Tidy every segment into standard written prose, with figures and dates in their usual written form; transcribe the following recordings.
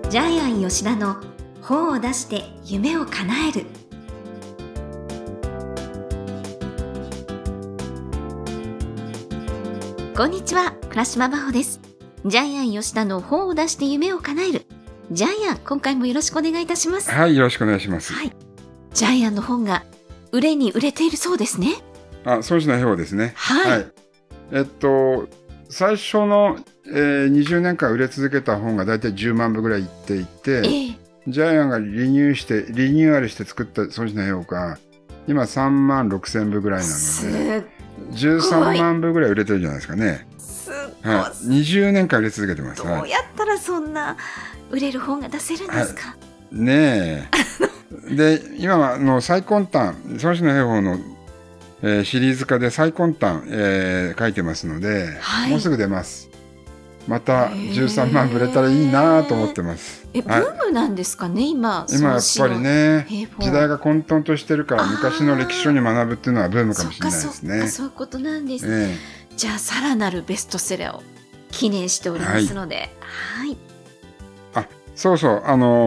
ジャイアン吉田の本を出して夢を叶える。こんにちは、倉島真帆です。ジャイアン吉田の本を出して夢を叶える。ジャイアン、今回もよろしくお願いいたします。 はい、よろしくお願いします。 はい。ジャイアンの本が売れに売れているそうですね。 そうしない方ですね。 はい。 最初の、20年間売れ続けた本がだいたい10万部ぐらいいっていて、ジャイアンがリニューアルして作った孫子の兵法が今3万6千部ぐらいなので、13万部ぐらい売れてるじゃないですかね。 すごい。 20年間売れ続けてます。 どうやったらそんな売れる本が出せるんですか？ ねえ。で、今は最根端、孫子の兵法のシリーズ化で最根端、書いてますので、もうすぐ出ます。また13万部売れたらいいなと思ってます。 ブームなんですかね、今やっぱりね、時代が混沌としてるから昔の歴史書に学ぶっていうのはブームかもしれないですね。 そういうことなんです。じゃあさらなるベストセラーを記念しておりますので、はい。 そうそう、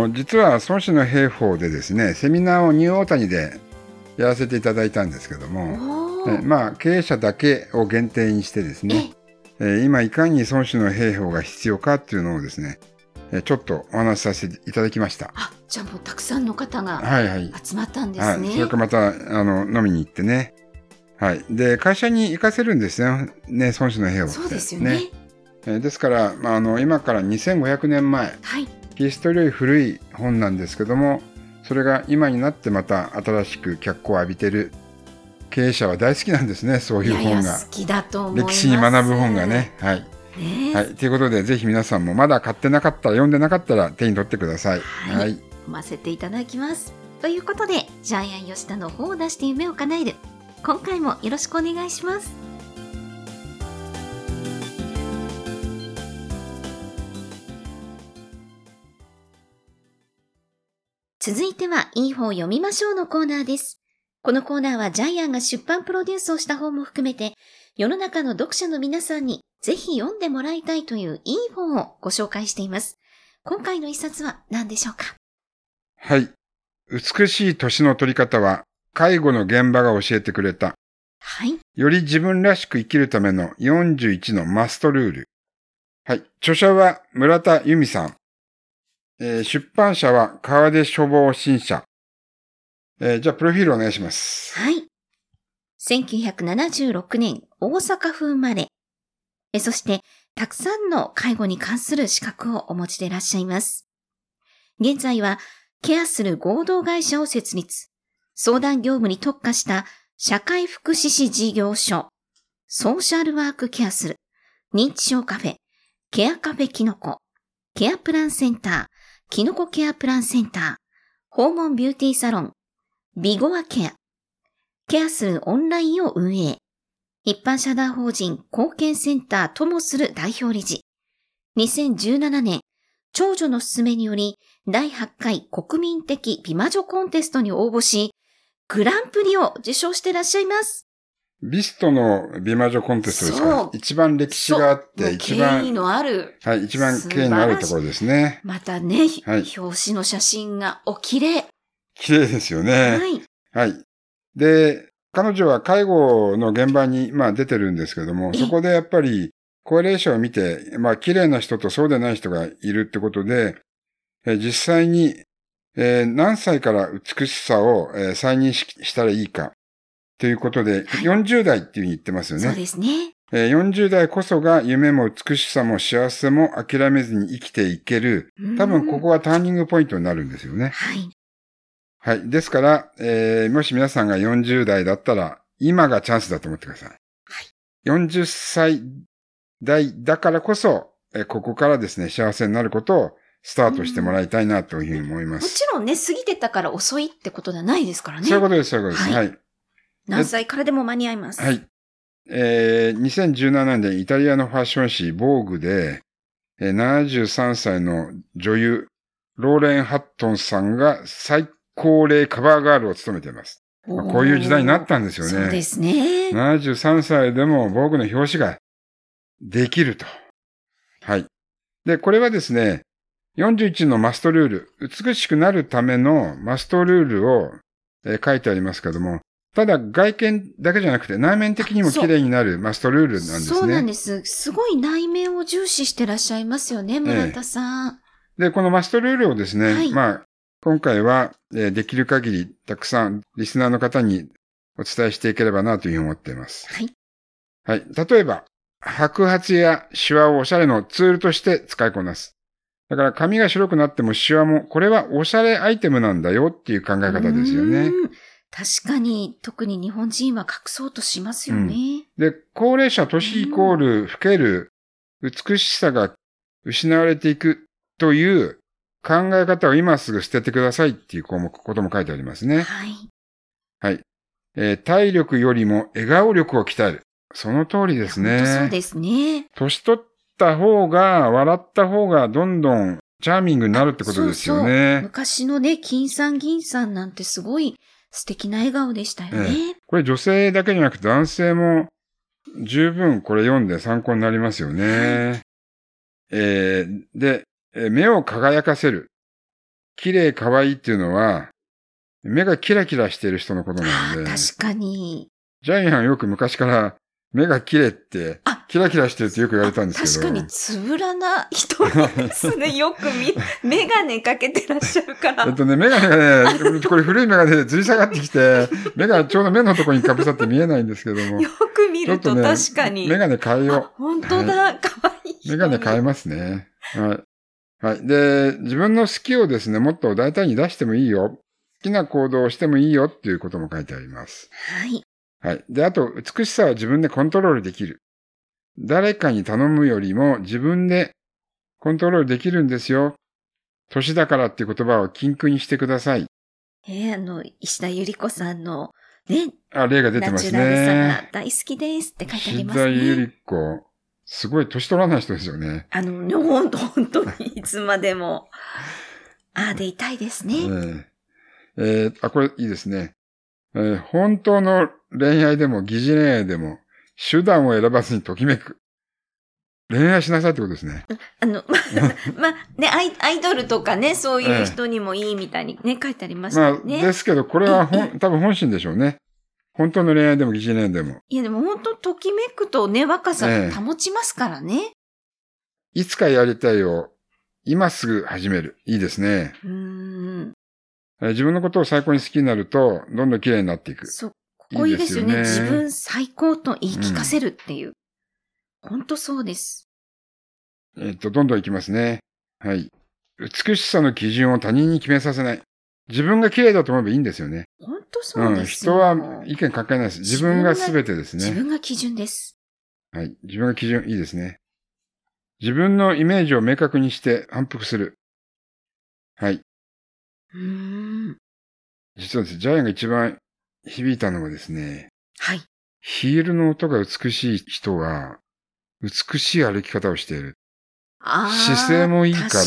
実は孫子の兵法でですね、セミナーをニューオータニでやらせていただいたんですけども、経営者だけを限定にしてですね、今いかに孫子の兵法が必要かっていうのをですね、ちょっとお話しさせていただきました。 じゃあもうたくさんの方が集まったんですね。 それからまた飲みに行ってね、で会社に行かせるんですよね、孫子の兵法って。 そうですよね。 ですから、今から2500年前、キリストより古い本なんですけども、それが今になってまた新しく脚光を浴びてる。経営者は大好きなんですね、そういう本が。 好きだと思います。 歴史に学ぶ本がね。ということで、ぜひ皆さんもまだ買ってなかったら、読んでなかったら手に取ってください。 読ませていただきます。ということで、ジャイアン吉田の本を出して夢を叶える。今回もよろしくお願いします。続いては、いい本を読みましょうのコーナーです。このコーナーはジャイアンが出版プロデュースをした本も含めて、世の中の読者の皆さんにぜひ読んでもらいたいといういい本をご紹介しています。今回の一冊は何でしょうか？ はい。美しい年の取り方は介護の現場が教えてくれた。より自分らしく生きるための41のマストルール。著者は村田由美さん。出版社は川出書房新社。じゃあ、プロフィールお願いします。 1976年、大阪府生まれ。そして、たくさんの介護に関する資格をお持ちでいらっしゃいます。現在は、ケアする合同会社を設立。相談業務に特化した社会福祉士事業所、ソーシャルワークケアする、認知症カフェ、ケアカフェキノコ、ケアプランセンター、キノコケアプランセンター、訪問ビューティーサロン、ビゴアケア、ケアするオンラインを運営、一般社団法人貢献センターともする代表理事。2017年、長女の勧めにより、第8回国民的美魔女コンテストに応募し、グランプリを受賞していらっしゃいます。 ビストの美魔女コンテストですから、一番歴史があって、一番権威のある。 一番権威のあるところですね。 またね、表紙の写真がお綺麗。 綺麗ですよね。で、彼女は介護の現場に出てるんですけども、そこでやっぱり高齢者を見て、綺麗な人とそうでない人がいるってことで、実際に、何歳から美しさを、再認識したらいいかということで、40代っていうふうに言ってますよね。 そうですね。 40代こそが夢も美しさも幸せも諦めずに生きていける。多分ここがターニングポイントになるんですよね。ですから、もし皆さんが40代だったら、今がチャンスだと思ってください。40歳代だからこそ、ここからですね、幸せになることをスタートしてもらいたいなというふうに思います。 もちろんね、過ぎてたから遅いってことではないですからね。 そういうことです、そういうことです。 何歳からでも間に合います。 2017年でイタリアのファッション誌、ボーグで、73歳の女優、ローレン・ハットンさんが最高齢カバーガールを務めています。こういう時代になったんですよね。 そうですね。 73歳でもボーグの表紙ができると。で、これはですね、 41のマストルール、美しくなるためのマストルールを、書いてありますけども、ただ外見だけじゃなくて内面的にも綺麗になるマストルールなんですね。 そうなんです。すごい内面を重視してらっしゃいますよね、村田さん。 で、このマストルールをですね、今回は、できる限りたくさんリスナーの方にお伝えしていければなというふうに思っています。 はい。 はい。例えば、白髪やシワをおしゃれのツールとして使いこなす。だから髪が白くなってもシワも、これはおしゃれアイテムなんだよっていう考え方ですよね。 確かに、特に日本人は隠そうとしますよね。 で、高齢者、年イコール、老ける、美しさが失われていくという考え方を今すぐ捨ててくださいっていうことも書いてありますね。 はい。 はい。体力よりも笑顔力を鍛える。その通りですね。 本当そうですね。 年取った方が、笑った方がどんどんチャーミングになるってことですよね。 そう昔のね、金さん銀さんなんてすごい素敵な笑顔でしたよね。 これ女性だけじゃなくて男性も十分これ読んで参考になりますよね。で、目を輝かせる。綺麗可愛いっていうのは、目がキラキラしている人のことなので。 確かに。 ジャイアンよく昔から目が綺麗って、キラキラしてるってよく言われたんですけど。 確かにつぶらな人ですね。よくメガネかけてらっしゃるから。 メガネがね、これ古いメガネでずり下がってきて、目がちょうど目のところにかぶさって見えないんですけども。 よく見ると確かに。 メガネ変えよう。本当だ、かわいい。 メガネ変えますね。はい。はい。で、自分の好きをですね、もっと大胆に出してもいいよ。好きな行動をしてもいいよっていうことも書いてあります。 はい。 はい。で、あと、美しさは自分でコントロールできる。誰かに頼むよりも自分でコントロールできるんですよ。年だからっていう言葉を禁句にしてください。 石田ゆり子さんのね。 例が出てますね。 ナチュラルさが大好きですって書いてありますね。 石田ゆり子。すごい年取らない人ですよね。 本当にいつまでも。でいたいですね。 これいいですね。本当の恋愛でも疑似恋愛でも手段を選ばずにときめく。恋愛しなさいってことですね。 ね、アイドルとかね、そういう人にもいいみたいにね、書いてありましたね。 ですけど、これは多分本心でしょうね。本当の恋愛でも疑似恋愛でも。 いや、でも本当ときめくとね、若さ保ちますからね。 いつかやりたいを今すぐ始める。いいですね。自分のことを最高に好きになると、どんどん綺麗になっていく。 そう。ここいいですよね。自分最高と言い聞かせるっていう。本当そうです。 どんどんいきますね。はい。美しさの基準を他人に決めさせない。自分が綺麗だと思えばいいんですよね。 本当そうですよ。 人は意見関係ないです。自分が全てですね。 自分が基準です。 はい。自分が基準、いいですね。自分のイメージを明確にして反復する。はい。実はですね、ジャイアンが一番響いたのはですね。 はい。 ヒールの音が美しい人は、美しい歩き方をしている。姿勢もいいから、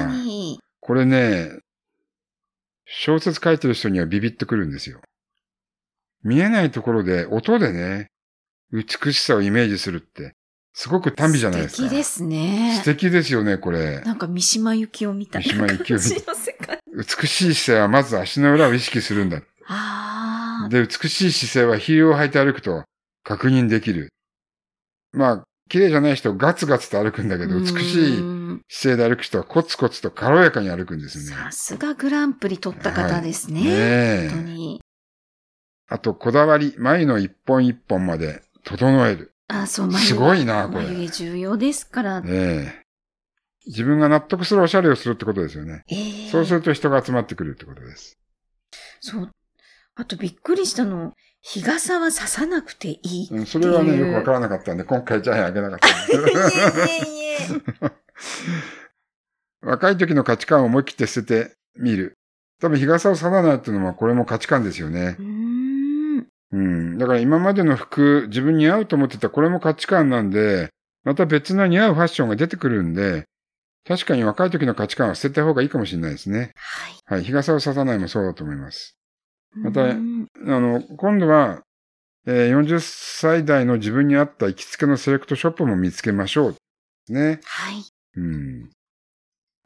これね、小説書いてる人にはビビッとくるんですよ。見えないところで、音でね、美しさをイメージするって、すごく短美じゃないですか。 素敵ですね。 素敵ですよね、これ。 なんか三島由紀夫みたいな感じの世界。 美しい姿勢はまず足の裏を意識するんだ。で、美しい姿勢はヒールを履いて歩くと確認できる。綺麗じゃない人はガツガツと歩くんだけど、美しい姿勢で歩く人はコツコツと軽やかに歩くんですよね。 さすがグランプリ取った方ですね。本当に。 あと、こだわり、眉の一本一本まで整える。 そう、 すごいな、これ。 眉毛重要ですから。 自分が納得するおしゃれをするってことですよね。そうすると人が集まってくるってことです。 そう。あとびっくりしたの、日傘は差さなくていいっていう。 それはね、よくわからなかったんで、今回ジャイアンあげなかったんで。若い時の価値観を思い切って捨ててみる。多分日傘を差さないっていうのはこれも価値観ですよね。だから今までの服、自分に似合うと思ってたこれも価値観なんで、また別の似合うファッションが出てくるんで、確かに若い時の価値観は捨てた方がいいかもしれないですね。はい。日傘を差さないもそうだと思います。また、今度は、40歳代の自分に合った行きつけのセレクトショップも見つけましょう。ね。 はい。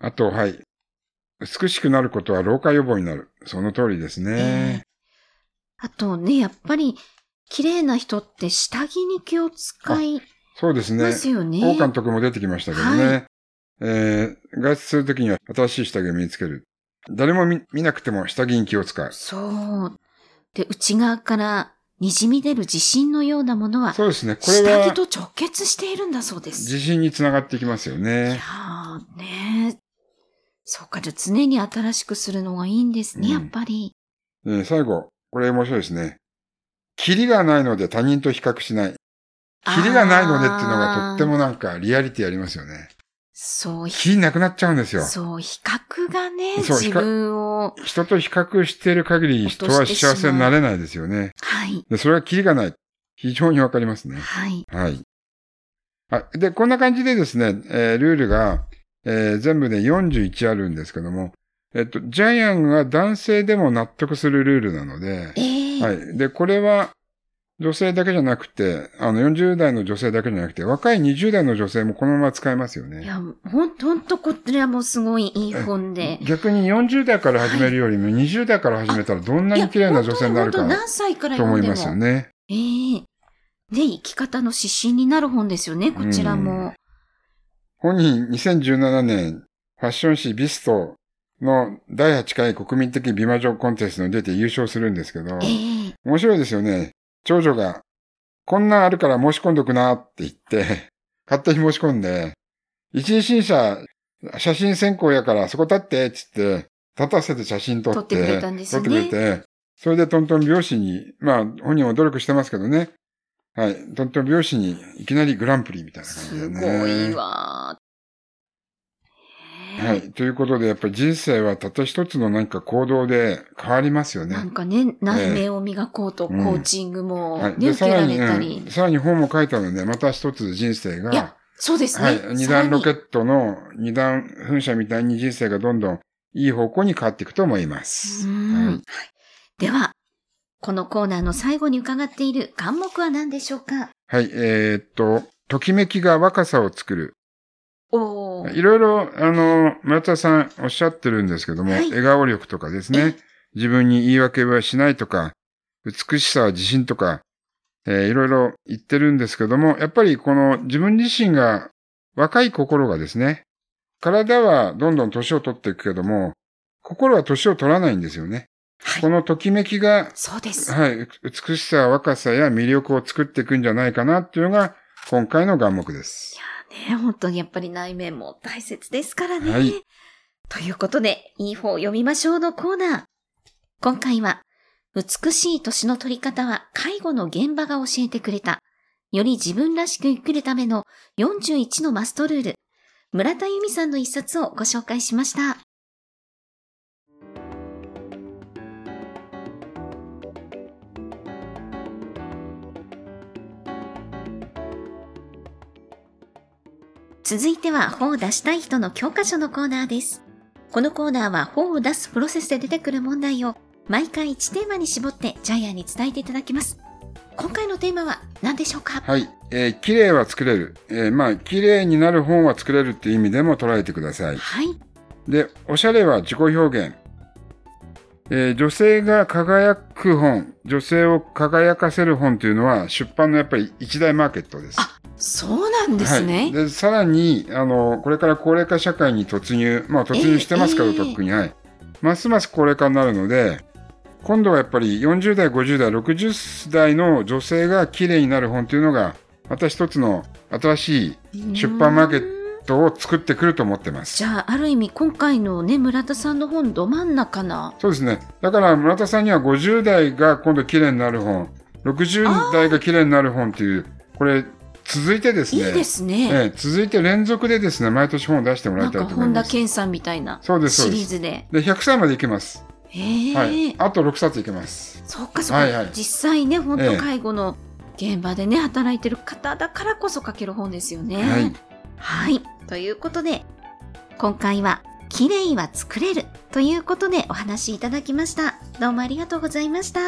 あと、はい。美しくなることは老化予防になる。その通りですね。 あとね、やっぱり、綺麗な人って下着に気を使いそうですね。 ますよね。 王監督も出てきましたけどね。外出するときには新しい下着を身につける。誰も 見なくても下着に気を使う。 そう。で、内側から滲み出る自信のようなものは、 そうですね。これは下着と直結しているんだそうです。 自信につながっていきますよね。 いやーね。そうか、じゃあ常に新しくするのがいいんですね、やっぱり。 最後、これ面白いですね。キリがないので他人と比較しない。キリがないのでっていうのがとってもなんかリアリティありますよね。 そう。 キリなくなっちゃうんですよ。 そう、比較がね、自分を。 人と比較している限り人は幸せになれないですよね。 はい。 で、それはキリがない。非常にわかりますね。 はい。 はい。で、こんな感じでですね、ルールが、全部で41あるんですけども、ジャイアンが男性でも納得するルールなので、はい。で、これは女性だけじゃなくて、40代の女性だけじゃなくて、若い20代の女性もこのまま使えますよね。 いや、ほんとこれはもうすごいいい本で。 逆に40代から始めるよりも20代から始めたらどんなに綺麗な女性になるか何歳からと思いますよね。 ね、生き方の指針になる本ですよね、こちらも。 本人2017年ファッション誌ビストの第8回国民的美魔女コンテストに出て優勝するんですけど、面白いですよね。長女が、こんなんあるから申し込んどくなって言って、勝手に申し込んで、一次審査、写真選考やからそこ立ってって言って、立たせて写真撮って、 撮ってくれたんですよね。 撮ってくれて、それでトントン拍子に、まあ本人も努力してますけどね。はい。トントン拍子にいきなりグランプリみたいな感じでね。 すごいわ。 はい。ということで、やっぱり人生はたった一つの何か行動で変わりますよね。 なんかね、内面を磨こうと、コーチングも、ね、受けられたり。 さらに本も書いたので、また一つ人生が。 いや、そうですね。 はい。二段ロケットの二段噴射みたいに人生がどんどんいい方向に変わっていくと思います。 はい。では、このコーナーの最後に伺っている願目は何でしょうか？ はい。ときめきが若さを作る。いろいろ、村田さんおっしゃってるんですけども、はい、笑顔力とかですね、自分に言い訳はしないとか、美しさは自信とか、いろいろ言ってるんですけども、やっぱりこの自分自身が若い心がですね、体はどんどん年を取っていくけども、心は年を取らないんですよね。はい、このときめきが、 そうです。 はい、美しさ、若さや魅力を作っていくんじゃないかなっていうのが、今回の願目です。 ね、本当にやっぱり内面も大切ですからね。 はい。 ということで、いい方を読みましょうのコーナー。今回は、美しい年の取り方は介護の現場が教えてくれた。より自分らしく生きるための41のマストルール。村田由美さんの一冊をご紹介しました。続いては本を出したい人の教科書のコーナーです。このコーナーは本を出すプロセスで出てくる問題を毎回1テーマに絞ってジャイアンに伝えていただきます。今回のテーマは何でしょうか？ はい。綺麗は作れる。綺麗になる本は作れるっていう意味でも捉えてください。 はい。 で、おしゃれは自己表現。女性が輝く本、女性を輝かせる本というのは出版のやっぱり一大マーケットです。 そうなんですね。 はい。で、さらに、これから高齢化社会に突入してますけど、とっくに、はい。ますます高齢化になるので、今度はやっぱり40代、50代、60代の女性が綺麗になる本というのが、また一つの新しい出版マーケットを作ってくると思ってます。 じゃあ、ある意味今回のね、村田さんの本ど真ん中な。 そうですね。だから村田さんには50代が今度綺麗になる本、60代が綺麗になる本っていう、これ、続いてですね。 いいですね。 続いて連続でですね、毎年本を出してもらいたいと思います。 なんか本田健さんみたいなシリーズで。 で、100歳までいけます。はい。あと6冊いけます。 そっかそっか。はいはい、実際ね、本当介護の現場でね、働いてる方だからこそ書ける本ですよね。 はい。 はい。ということで、今回は、綺麗は作れるということでお話しいただきました。どうもありがとうございました。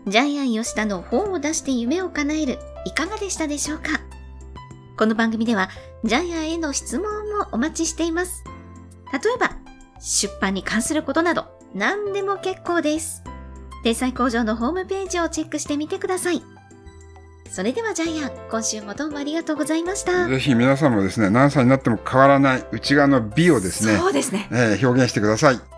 ジャイアン吉田の本を出して夢を叶える、いかがでしたでしょうか？この番組ではジャイアンへの質問もお待ちしています。例えば、出版に関することなど何でも結構です。天才工場のホームページをチェックしてみてください。それではジャイアン、今週もどうもありがとうございました。 ぜひ皆さんもですね、何歳になっても変わらない内側の美をですね、 そうですね。 表現してください。